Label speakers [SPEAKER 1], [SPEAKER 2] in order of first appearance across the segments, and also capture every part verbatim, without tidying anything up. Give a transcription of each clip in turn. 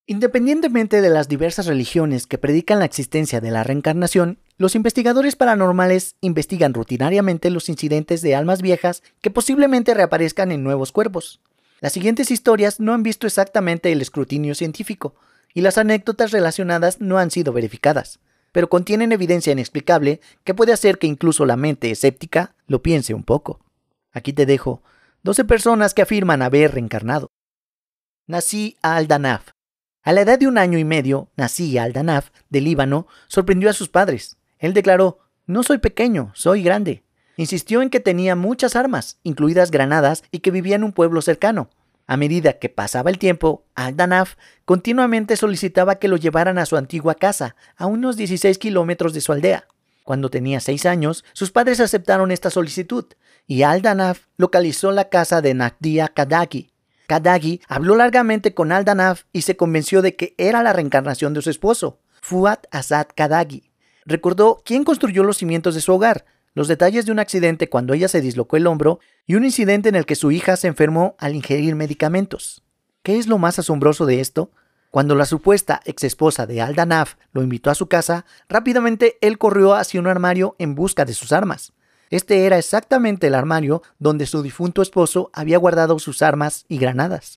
[SPEAKER 1] Independientemente de las diversas religiones que predican la existencia de la reencarnación, los investigadores paranormales investigan rutinariamente los incidentes de almas viejas que posiblemente reaparezcan en nuevos cuerpos. Las siguientes historias no han visto exactamente el escrutinio científico, y las anécdotas relacionadas no han sido verificadas, pero contienen evidencia inexplicable que puede hacer que incluso la mente escéptica lo piense un poco. Aquí te dejo doce personas que afirman haber reencarnado. Nasí al-Danaf. A la edad de un año y medio, Nasí al-Danaf, de Líbano, sorprendió a sus padres. Él declaró: «No soy pequeño, soy grande». Insistió en que tenía muchas armas, incluidas granadas, y que vivía en un pueblo cercano. A medida que pasaba el tiempo, al-Danaf continuamente solicitaba que lo llevaran a su antigua casa, a unos dieciséis kilómetros de su aldea. Cuando tenía seis años, sus padres aceptaron esta solicitud, y al-Danaf localizó la casa de Nadia Kadagi. Kadagi habló largamente con al-Danaf y se convenció de que era la reencarnación de su esposo, Fuad Asad Kadagi. Recordó quién construyó los cimientos de su hogar, los detalles de un accidente cuando ella se dislocó el hombro y un incidente en el que su hija se enfermó al ingerir medicamentos. ¿Qué es lo más asombroso de esto? Cuando la supuesta exesposa de al-Danaf lo invitó a su casa, rápidamente él corrió hacia un armario en busca de sus armas. Este era exactamente el armario donde su difunto esposo había guardado sus armas y granadas.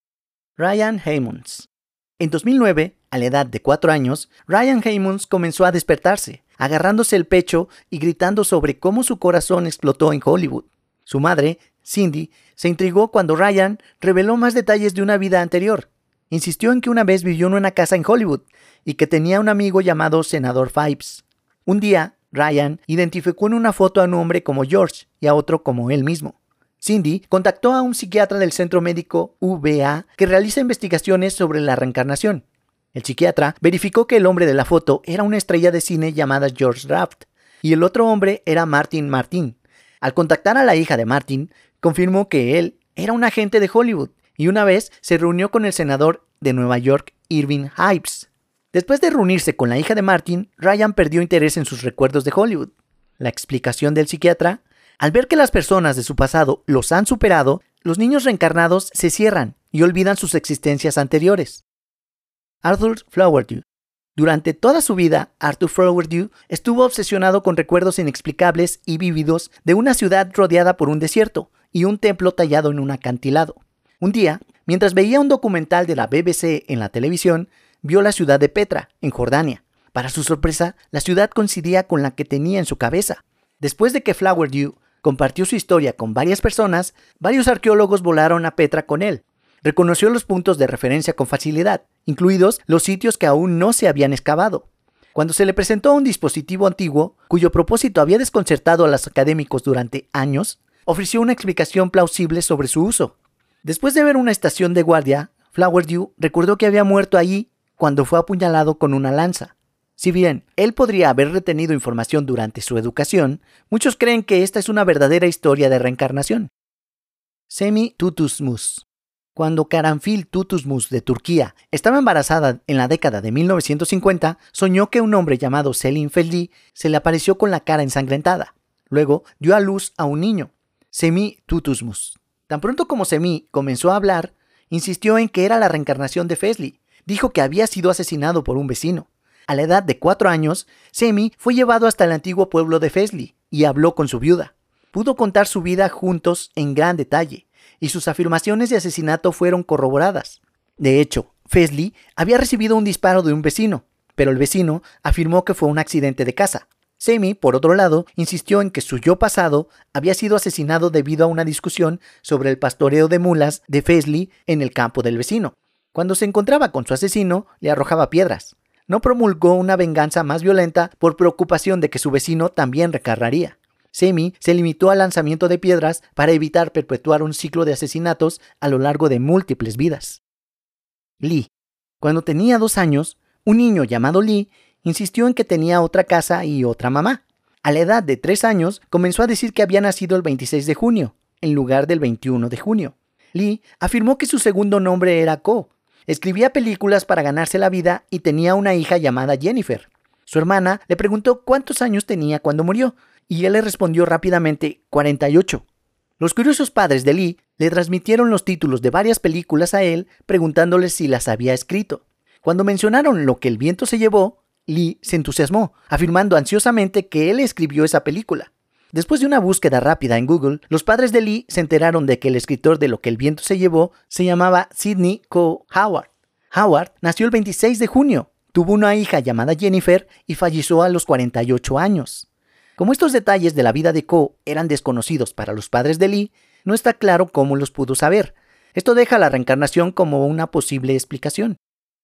[SPEAKER 1] Ryan Hammonds. En dos mil nueve, a la edad de cuatro años, Ryan Hammonds comenzó a despertarse, agarrándose el pecho y gritando sobre cómo su corazón explotó en Hollywood. Su madre, Cindy, se intrigó cuando Ryan reveló más detalles de una vida anterior. Insistió en que una vez vivió en una casa en Hollywood y que tenía un amigo llamado Senador Phipps. Un día, Ryan identificó en una foto a un hombre como George y a otro como él mismo. Cindy contactó a un psiquiatra del centro médico U V A que realiza investigaciones sobre la reencarnación. El psiquiatra verificó que el hombre de la foto era una estrella de cine llamada George Raft y el otro hombre era Martin Martin. Al contactar a la hija de Martin, confirmó que él era un agente de Hollywood y una vez se reunió con el senador de Nueva York, Irving Phipps. Después de reunirse con la hija de Martin, Ryan perdió interés en sus recuerdos de Hollywood. La explicación del psiquiatra: al ver que las personas de su pasado los han superado, los niños reencarnados se cierran y olvidan sus existencias anteriores. Arthur Flowerdew. Durante toda su vida, Arthur Flowerdew estuvo obsesionado con recuerdos inexplicables y vívidos de una ciudad rodeada por un desierto y un templo tallado en un acantilado. Un día, mientras veía un documental de la B B C en la televisión, vio la ciudad de Petra, en Jordania. Para su sorpresa, la ciudad coincidía con la que tenía en su cabeza. Después de que Flowerdew compartió su historia con varias personas, varios arqueólogos volaron a Petra con él. Reconoció los puntos de referencia con facilidad, incluidos los sitios que aún no se habían excavado. Cuando se le presentó un dispositivo antiguo, cuyo propósito había desconcertado a los académicos durante años, ofreció una explicación plausible sobre su uso. Después de ver una estación de guardia, Flowerdew recordó que había muerto allí cuando fue apuñalado con una lanza. Si bien él podría haber retenido información durante su educación, muchos creen que esta es una verdadera historia de reencarnación. Semi Tutuzmus. Cuando Karanfil Tutuzmus de Turquía estaba embarazada en la década de mil novecientos cincuenta, soñó que un hombre llamado Selim Feldi se le apareció con la cara ensangrentada. Luego dio a luz a un niño, Semi Tutuzmus. Tan pronto como Semi comenzó a hablar, insistió en que era la reencarnación de Fesli. Dijo que había sido asesinado por un vecino. A la edad de cuatro años, Semi fue llevado hasta el antiguo pueblo de Fesli y habló con su viuda. Pudo contar su vida juntos en gran detalle, y sus afirmaciones de asesinato fueron corroboradas. De hecho, Fesli había recibido un disparo de un vecino, pero el vecino afirmó que fue un accidente de casa. Semi, por otro lado, insistió en que su yo pasado había sido asesinado debido a una discusión sobre el pastoreo de mulas de Fesli en el campo del vecino. Cuando se encontraba con su asesino, le arrojaba piedras. No promulgó una venganza más violenta por preocupación de que su vecino también reencarnaría. Semi se limitó al lanzamiento de piedras para evitar perpetuar un ciclo de asesinatos a lo largo de múltiples vidas. Lee. Cuando tenía dos años, un niño llamado Lee insistió en que tenía otra casa y otra mamá. A la edad de tres años, comenzó a decir que había nacido el veintiséis de junio, en lugar del veintiuno de junio. Lee afirmó que su segundo nombre era Ko. Escribía películas para ganarse la vida y tenía una hija llamada Jennifer. Su hermana le preguntó cuántos años tenía cuando murió, y él le respondió rápidamente cuarenta y ocho. Los curiosos padres de Lee le transmitieron los títulos de varias películas a él, preguntándole si las había escrito. Cuando mencionaron Lo que el viento se llevó, Lee se entusiasmó, afirmando ansiosamente que él escribió esa película. Después de una búsqueda rápida en Google, los padres de Lee se enteraron de que el escritor de Lo que el viento se llevó se llamaba Sidney Coe Howard. Howard nació el veintiséis de junio, tuvo una hija llamada Jennifer y falleció a los cuarenta y ocho años. Como estos detalles de la vida de Coe eran desconocidos para los padres de Lee, no está claro cómo los pudo saber. Esto deja la reencarnación como una posible explicación.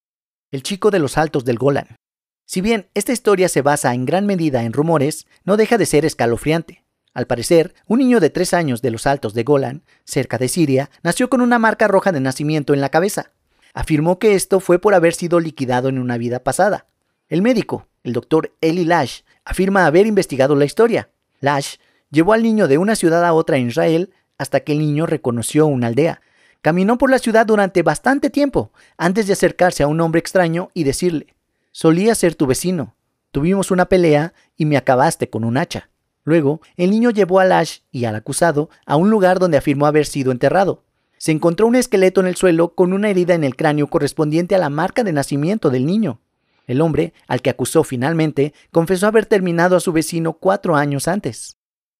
[SPEAKER 1] El chico de los altos del Golán. Si bien esta historia se basa en gran medida en rumores, no deja de ser escalofriante. Al parecer, un niño de tres años de los altos de Golán, cerca de Siria, nació con una marca roja de nacimiento en la cabeza. Afirmó que esto fue por haber sido liquidado en una vida pasada. El médico, el doctor Eli Lash, afirma haber investigado la historia. Lash llevó al niño de una ciudad a otra en Israel hasta que el niño reconoció una aldea. Caminó por la ciudad durante bastante tiempo antes de acercarse a un hombre extraño y decirle: «Solía ser tu vecino. Tuvimos una pelea y me acabaste con un hacha». Luego, el niño llevó a Lash y al acusado a un lugar donde afirmó haber sido enterrado. Se encontró un esqueleto en el suelo con una herida en el cráneo correspondiente a la marca de nacimiento del niño. El hombre, al que acusó finalmente, confesó haber terminado a su vecino cuatro años antes.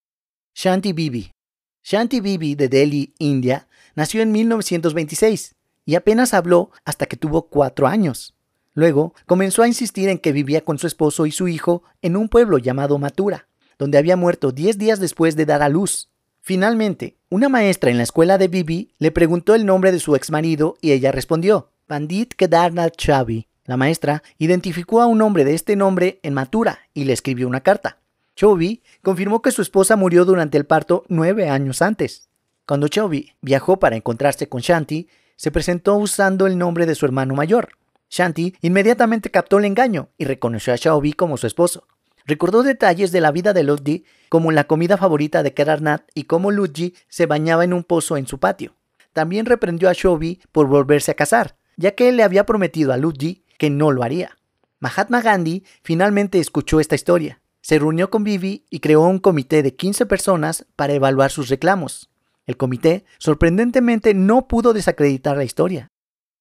[SPEAKER 1] Shanti Bibi. Shanti Bibi de Delhi, India, nació en mil novecientos veintiséis y apenas habló hasta que tuvo cuatro años. Luego, comenzó a insistir en que vivía con su esposo y su hijo en un pueblo llamado Mathura, donde había muerto diez días después de dar a luz. Finalmente, una maestra en la escuela de Bibi le preguntó el nombre de su exmarido y ella respondió: Pandit Kedarnath Chaubey. La maestra identificó a un hombre de este nombre en Mathura y le escribió una carta. Chaubey confirmó que su esposa murió durante el parto nueve años antes. Cuando Chaubey viajó para encontrarse con Shanti, se presentó usando el nombre de su hermano mayor. Shanti inmediatamente captó el engaño y reconoció a Chaubey como su esposo. Recordó detalles de la vida de Lutji, como la comida favorita de Kedarnath y cómo Lutji se bañaba en un pozo en su patio. También reprendió a Chaubey por volverse a casar, ya que él le había prometido a Lutji que no lo haría. Mahatma Gandhi finalmente escuchó esta historia. Se reunió con Bibi y creó un comité de quince personas para evaluar sus reclamos. El comité, sorprendentemente, no pudo desacreditar la historia.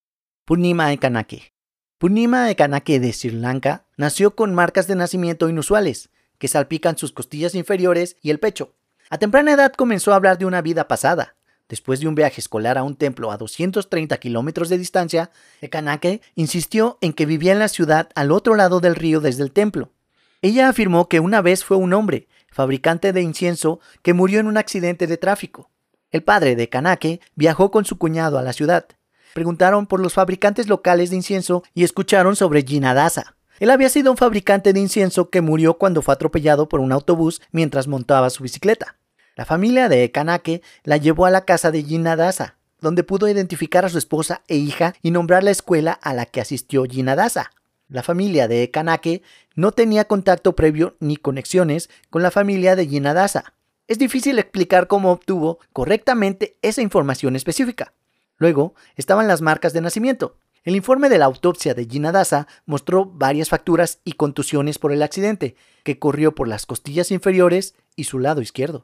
[SPEAKER 1] Purnima Ekanake. Purnima Ekanake de Sri Lanka nació con marcas de nacimiento inusuales, que salpican sus costillas inferiores y el pecho. A temprana edad comenzó a hablar de una vida pasada. Después de un viaje escolar a un templo a doscientos treinta kilómetros de distancia, Ekanake insistió en que vivía en la ciudad al otro lado del río desde el templo. Ella afirmó que una vez fue un hombre, fabricante de incienso, que murió en un accidente de tráfico. El padre de Ekanake viajó con su cuñado a la ciudad. Preguntaron por los fabricantes locales de incienso y escucharon sobre Jinadasa. Él había sido un fabricante de incienso que murió cuando fue atropellado por un autobús mientras montaba su bicicleta. La familia de Ekanake la llevó a la casa de Jinadasa, donde pudo identificar a su esposa e hija y nombrar la escuela a la que asistió Jinadasa. La familia de Ekanake no tenía contacto previo ni conexiones con la familia de Jinadasa. Es difícil explicar cómo obtuvo correctamente esa información específica. Luego estaban las marcas de nacimiento. El informe de la autopsia de Jinadasa mostró varias fracturas y contusiones por el accidente, que corrió por las costillas inferiores y su lado izquierdo.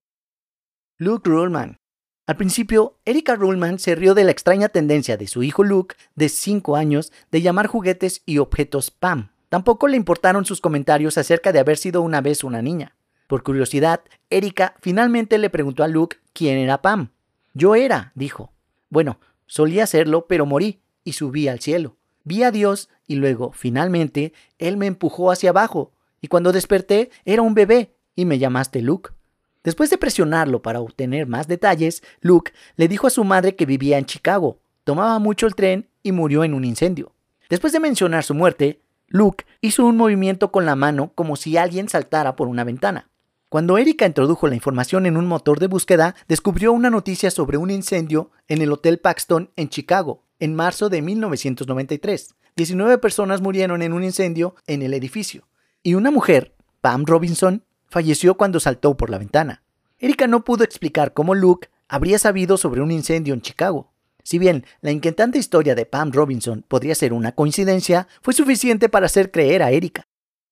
[SPEAKER 1] Luke Ruhlmann. Al principio, Erika Ruhlmann se rió de la extraña tendencia de su hijo Luke, de cinco años, de llamar juguetes y objetos Pam. Tampoco le importaron sus comentarios acerca de haber sido una vez una niña. Por curiosidad, Erika finalmente le preguntó a Luke quién era Pam. «Yo era», dijo. «Bueno, solía serlo, pero morí y subí al cielo. Vi a Dios y luego, finalmente, Él me empujó hacia abajo. Y cuando desperté, era un bebé y me llamaste Luke». Después de presionarlo para obtener más detalles, Luke le dijo a su madre que vivía en Chicago, tomaba mucho el tren y murió en un incendio. Después de mencionar su muerte, Luke hizo un movimiento con la mano como si alguien saltara por una ventana. Cuando Erika introdujo la información en un motor de búsqueda, descubrió una noticia sobre un incendio en el Hotel Paxton en Chicago, en marzo de mil novecientos noventa y tres. diecinueve personas murieron en un incendio en el edificio, y una mujer, Pam Robinson, falleció cuando saltó por la ventana. Erika no pudo explicar cómo Luke habría sabido sobre un incendio en Chicago. Si bien la inquietante historia de Pam Robinson podría ser una coincidencia, fue suficiente para hacer creer a Erika.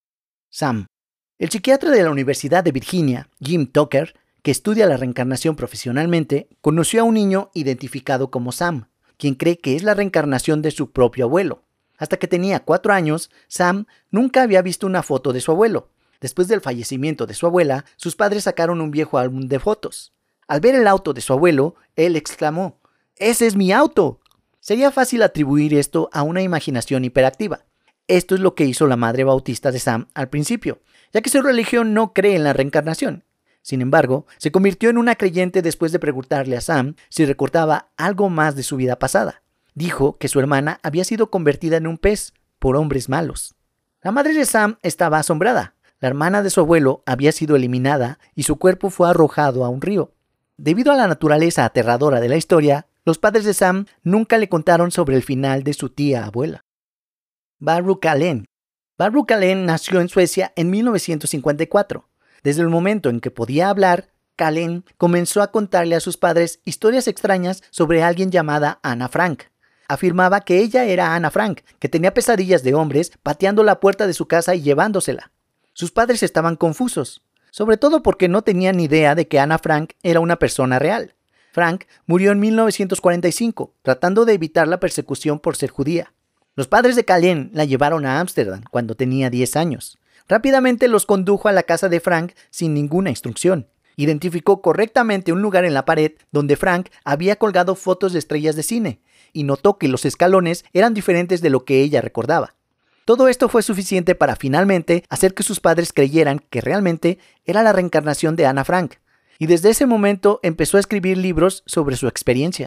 [SPEAKER 1] Sam. El psiquiatra de la Universidad de Virginia, Jim Tucker, que estudia la reencarnación profesionalmente, conoció a un niño identificado como Sam, quien cree que es la reencarnación de su propio abuelo. Hasta que tenía cuatro años, Sam nunca había visto una foto de su abuelo. Después del fallecimiento de su abuela, sus padres sacaron un viejo álbum de fotos. Al ver el auto de su abuelo, él exclamó: ¡Ese es mi auto! Sería fácil atribuir esto a una imaginación hiperactiva. Esto es lo que hizo la madre bautista de Sam al principio, ya que su religión no cree en la reencarnación. Sin embargo, se convirtió en una creyente después de preguntarle a Sam si recordaba algo más de su vida pasada. Dijo que su hermana había sido convertida en un pez por hombres malos. La madre de Sam estaba asombrada. La hermana de su abuelo había sido eliminada y su cuerpo fue arrojado a un río. Debido a la naturaleza aterradora de la historia, los padres de Sam nunca le contaron sobre el final de su tía abuela. Barbro Kalén. Barbro Kalén nació en Suecia en mil novecientos cincuenta y cuatro. Desde el momento en que podía hablar, Kalén comenzó a contarle a sus padres historias extrañas sobre alguien llamada Ana Frank. Afirmaba que ella era Ana Frank, que tenía pesadillas de hombres pateando la puerta de su casa y llevándosela. Sus padres estaban confusos, sobre todo porque no tenían ni idea de que Ana Frank era una persona real. Frank murió en mil novecientos cuarenta y cinco, tratando de evitar la persecución por ser judía. Los padres de Kalén la llevaron a Ámsterdam cuando tenía diez años. Rápidamente los condujo a la casa de Frank sin ninguna instrucción. Identificó correctamente un lugar en la pared donde Frank había colgado fotos de estrellas de cine y notó que los escalones eran diferentes de lo que ella recordaba. Todo esto fue suficiente para finalmente hacer que sus padres creyeran que realmente era la reencarnación de Ana Frank, y desde ese momento empezó a escribir libros sobre su experiencia.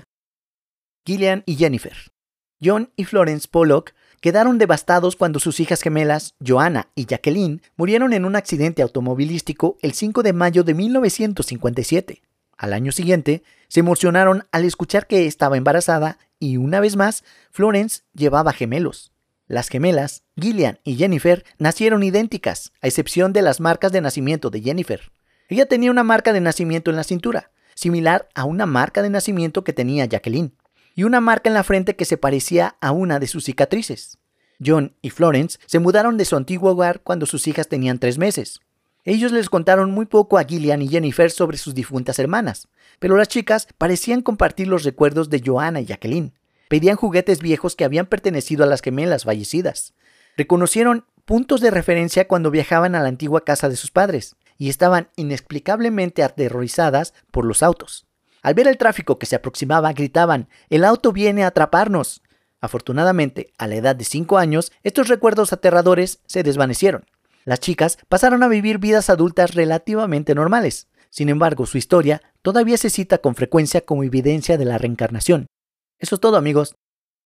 [SPEAKER 1] Gillian y Jennifer. John y Florence Pollock quedaron devastados cuando sus hijas gemelas, Joanna y Jacqueline, murieron en un accidente automovilístico el cinco de mayo de mil novecientos cincuenta y siete. Al año siguiente, se emocionaron al escuchar que estaba embarazada y, una vez más, Florence llevaba gemelos. Las gemelas, Gillian y Jennifer, nacieron idénticas, a excepción de las marcas de nacimiento de Jennifer. Ella tenía una marca de nacimiento en la cintura, similar a una marca de nacimiento que tenía Jacqueline, y una marca en la frente que se parecía a una de sus cicatrices. John y Florence se mudaron de su antiguo hogar cuando sus hijas tenían tres meses. Ellos les contaron muy poco a Gillian y Jennifer sobre sus difuntas hermanas, pero las chicas parecían compartir los recuerdos de Joanna y Jacqueline. Pedían juguetes viejos que habían pertenecido a las gemelas fallecidas. Reconocieron puntos de referencia cuando viajaban a la antigua casa de sus padres y estaban inexplicablemente aterrorizadas por los autos. Al ver el tráfico que se aproximaba, gritaban: «¡El auto viene a atraparnos!». Afortunadamente, a la edad de cinco años, estos recuerdos aterradores se desvanecieron. Las chicas pasaron a vivir vidas adultas relativamente normales. Sin embargo, su historia todavía se cita con frecuencia como evidencia de la reencarnación. Eso es todo, amigos.